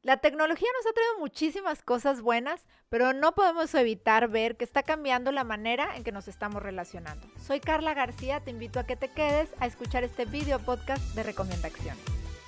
La tecnología nos ha traído muchísimas cosas buenas, pero no podemos evitar ver que está cambiando la manera en que nos estamos relacionando. Soy Carla García, te invito a que te quedes a escuchar este video podcast de Recomienda Acción.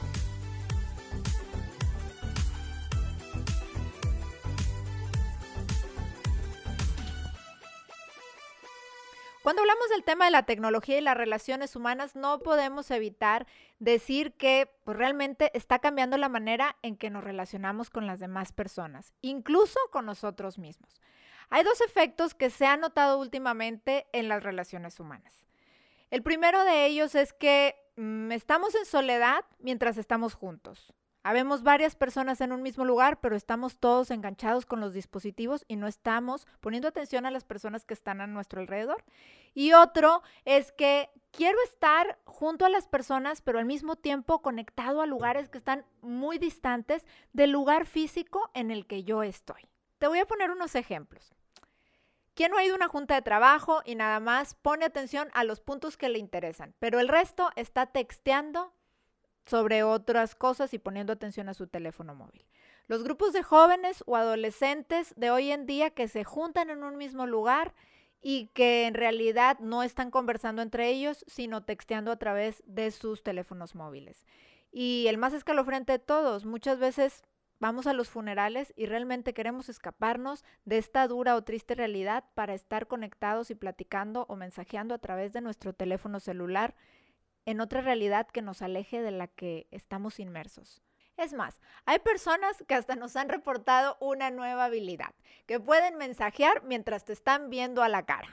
Cuando hablamos del tema de la tecnología y las relaciones humanas, no podemos evitar decir que realmente está cambiando la manera en que nos relacionamos con las demás personas, incluso con nosotros mismos. Hay dos efectos que se han notado últimamente en las relaciones humanas. El primero de ellos es que estamos en soledad mientras estamos juntos. Habemos varias personas en un mismo lugar, pero estamos todos enganchados con los dispositivos y no estamos poniendo atención a las personas que están a nuestro alrededor. Y otro es que quiero estar junto a las personas, pero al mismo tiempo conectado a lugares que están muy distantes del lugar físico en el que yo estoy. Te voy a poner unos ejemplos. ¿Quién no ha ido a una junta de trabajo y nada más pone atención a los puntos que le interesan, pero el resto está texteando sobre otras cosas y poniendo atención a su teléfono móvil? Los grupos de jóvenes o adolescentes de hoy en día que se juntan en un mismo lugar y que en realidad no están conversando entre ellos, sino texteando a través de sus teléfonos móviles. Y el más escalofriante de todos, muchas veces vamos a los funerales y realmente queremos escaparnos de esta dura o triste realidad para estar conectados y platicando o mensajeando a través de nuestro teléfono celular en otra realidad que nos aleje de la que estamos inmersos. Es más, hay personas que hasta nos han reportado una nueva habilidad, que pueden mensajear mientras te están viendo a la cara.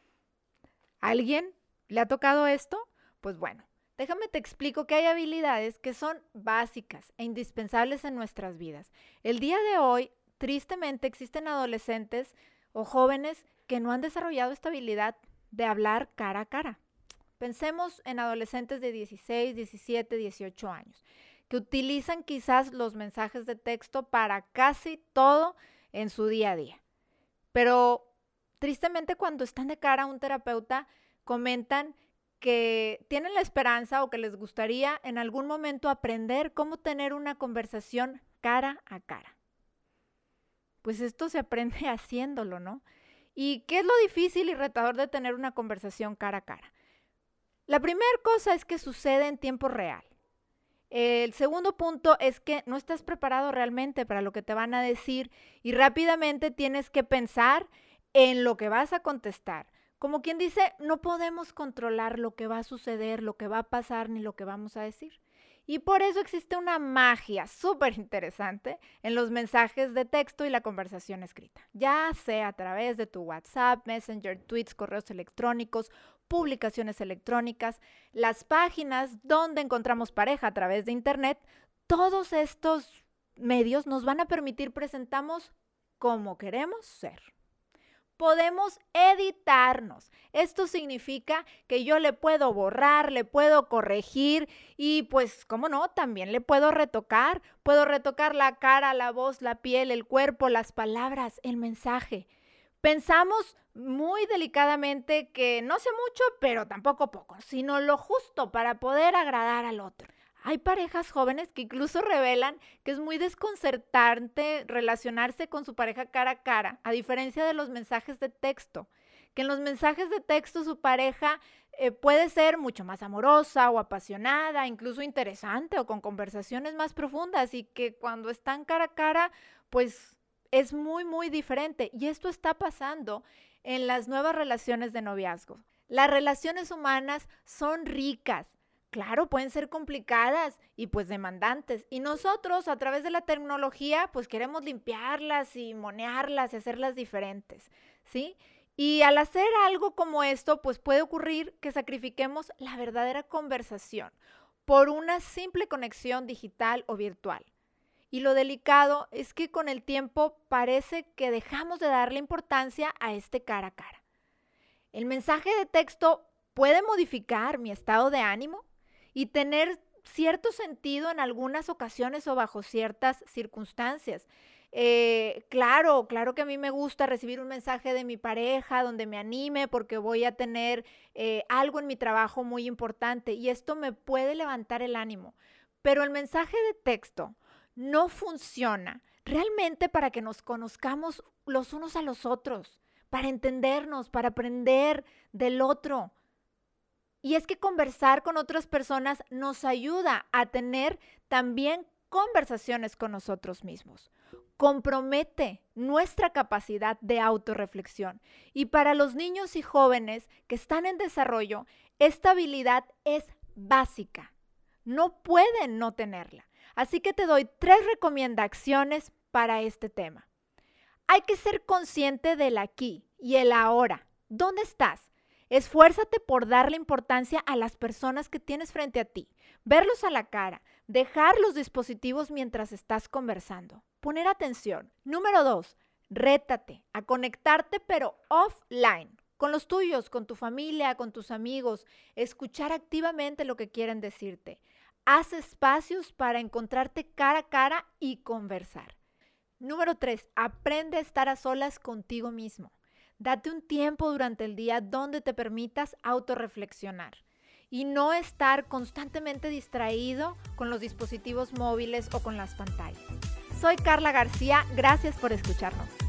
¿A alguien le ha tocado esto? Pues bueno, déjame te explico que hay habilidades que son básicas e indispensables en nuestras vidas. El día de hoy, tristemente, existen adolescentes o jóvenes que no han desarrollado esta habilidad de hablar cara a cara. Pensemos en adolescentes de 16, 17, 18 años, que utilizan quizás los mensajes de texto para casi todo en su día a día. Pero tristemente cuando están de cara a un terapeuta, comentan que tienen la esperanza o que les gustaría en algún momento aprender cómo tener una conversación cara a cara. Pues esto se aprende haciéndolo, ¿no? ¿Y qué es lo difícil y retador de tener una conversación cara a cara? La primera cosa es que sucede en tiempo real. El segundo punto es que no estás preparado realmente para lo que te van a decir y rápidamente tienes que pensar en lo que vas a contestar. Como quien dice, no podemos controlar lo que va a suceder, lo que va a pasar ni lo que vamos a decir. Y por eso existe una magia súper interesante en los mensajes de texto y la conversación escrita, ya sea a través de tu WhatsApp, Messenger, tweets, correos electrónicos, publicaciones electrónicas, las páginas donde encontramos pareja a través de internet. Todos estos medios nos van a permitir presentarnos como queremos ser. Podemos editarnos. Esto significa que yo le puedo borrar, le puedo corregir y pues, ¿cómo no? También le puedo retocar. Puedo retocar la cara, la voz, la piel, el cuerpo, las palabras, el mensaje. Pensamos muy delicadamente que no sé mucho, pero tampoco poco, sino lo justo para poder agradar al otro. Hay parejas jóvenes que incluso revelan que es muy desconcertante relacionarse con su pareja cara a cara, a diferencia de los mensajes de texto, que en los mensajes de texto su pareja puede ser mucho más amorosa o apasionada, incluso interesante o con conversaciones más profundas y que cuando están cara a cara, pues es muy, muy diferente. Y esto está pasando en las nuevas relaciones de noviazgo. Las relaciones humanas son ricas. Claro, pueden ser complicadas y pues demandantes. Y nosotros a través de la tecnología pues queremos limpiarlas y monearlas y hacerlas diferentes, ¿sí? Y al hacer algo como esto pues puede ocurrir que sacrifiquemos la verdadera conversación por una simple conexión digital o virtual. Y lo delicado es que con el tiempo parece que dejamos de darle importancia a este cara a cara. El mensaje de texto puede modificar mi estado de ánimo y tener cierto sentido en algunas ocasiones o bajo ciertas circunstancias. Claro que a mí me gusta recibir un mensaje de mi pareja donde me anime porque voy a tener algo en mi trabajo muy importante y esto me puede levantar el ánimo. Pero el mensaje de texto no funciona realmente para que nos conozcamos los unos a los otros, para entendernos, para aprender del otro. Y es que conversar con otras personas nos ayuda a tener también conversaciones con nosotros mismos. Compromete nuestra capacidad de autorreflexión. Y para los niños y jóvenes que están en desarrollo, esta habilidad es básica. No pueden no tenerla. Así que te doy 3 recomendaciones para este tema. Hay que ser consciente del aquí y el ahora. ¿Dónde estás? Esfuérzate por darle importancia a las personas que tienes frente a ti, verlos a la cara, dejar los dispositivos mientras estás conversando, poner atención. Número 2, rétate a conectarte pero offline, con los tuyos, con tu familia, con tus amigos, escuchar activamente lo que quieren decirte. Haz espacios para encontrarte cara a cara y conversar. Número 3, aprende a estar a solas contigo mismo. Date un tiempo durante el día donde te permitas autorreflexionar y no estar constantemente distraído con los dispositivos móviles o con las pantallas. Soy Carla García, gracias por escucharnos.